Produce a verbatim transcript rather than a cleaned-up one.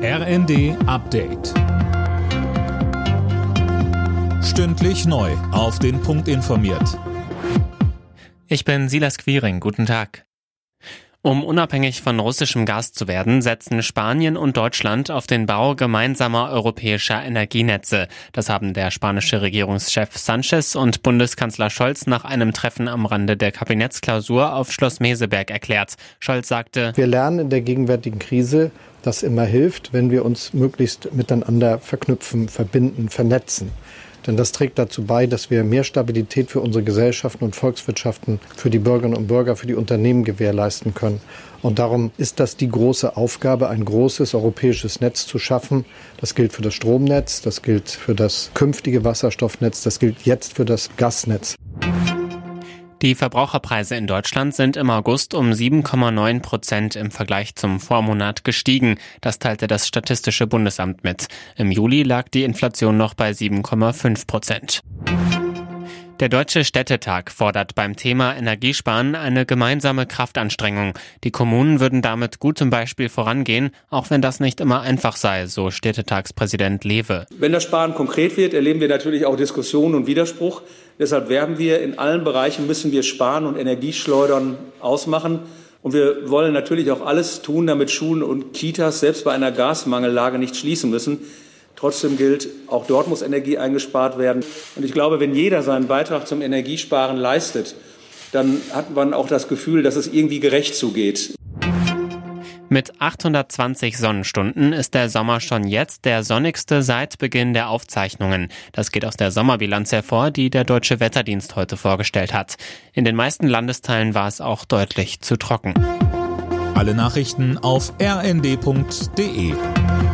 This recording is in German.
R N D Update. Stündlich neu auf den Punkt informiert. Ich bin Silas Quiring, guten Tag. Um unabhängig von russischem Gas zu werden, setzen Spanien und Deutschland auf den Bau gemeinsamer europäischer Energienetze. Das haben der spanische Regierungschef Sánchez und Bundeskanzler Scholz nach einem Treffen am Rande der Kabinettsklausur auf Schloss Meseberg erklärt. Scholz sagte: Wir lernen in der gegenwärtigen Krise, dass immer hilft, wenn wir uns möglichst miteinander verknüpfen, verbinden, vernetzen. Denn das trägt dazu bei, dass wir mehr Stabilität für unsere Gesellschaften und Volkswirtschaften, für die Bürgerinnen und Bürger, für die Unternehmen gewährleisten können. Und darum ist das die große Aufgabe, ein großes europäisches Netz zu schaffen. Das gilt für das Stromnetz, das gilt für das künftige Wasserstoffnetz, das gilt jetzt für das Gasnetz. Die Verbraucherpreise in Deutschland sind im August um sieben Komma neun Prozent im Vergleich zum Vormonat gestiegen. Das teilte das Statistische Bundesamt mit. Im Juli lag die Inflation noch bei sieben Komma fünf Prozent. Der Deutsche Städtetag fordert beim Thema Energiesparen eine gemeinsame Kraftanstrengung. Die Kommunen würden damit gutem Beispiel vorangehen, auch wenn das nicht immer einfach sei, so Städtetagspräsident Lewe. Wenn das Sparen konkret wird, erleben wir natürlich auch Diskussionen und Widerspruch. Deshalb werben wir, in allen Bereichen müssen wir Sparen und Energieschleudern ausmachen. Und wir wollen natürlich auch alles tun, damit Schulen und Kitas selbst bei einer Gasmangellage nicht schließen müssen. Trotzdem gilt, auch dort muss Energie eingespart werden. Und ich glaube, wenn jeder seinen Beitrag zum Energiesparen leistet, dann hat man auch das Gefühl, dass es irgendwie gerecht zugeht. Mit achthundertzwanzig Sonnenstunden ist der Sommer schon jetzt der sonnigste seit Beginn der Aufzeichnungen. Das geht aus der Sommerbilanz hervor, die der Deutsche Wetterdienst heute vorgestellt hat. In den meisten Landesteilen war es auch deutlich zu trocken. Alle Nachrichten auf r n d punkt d e.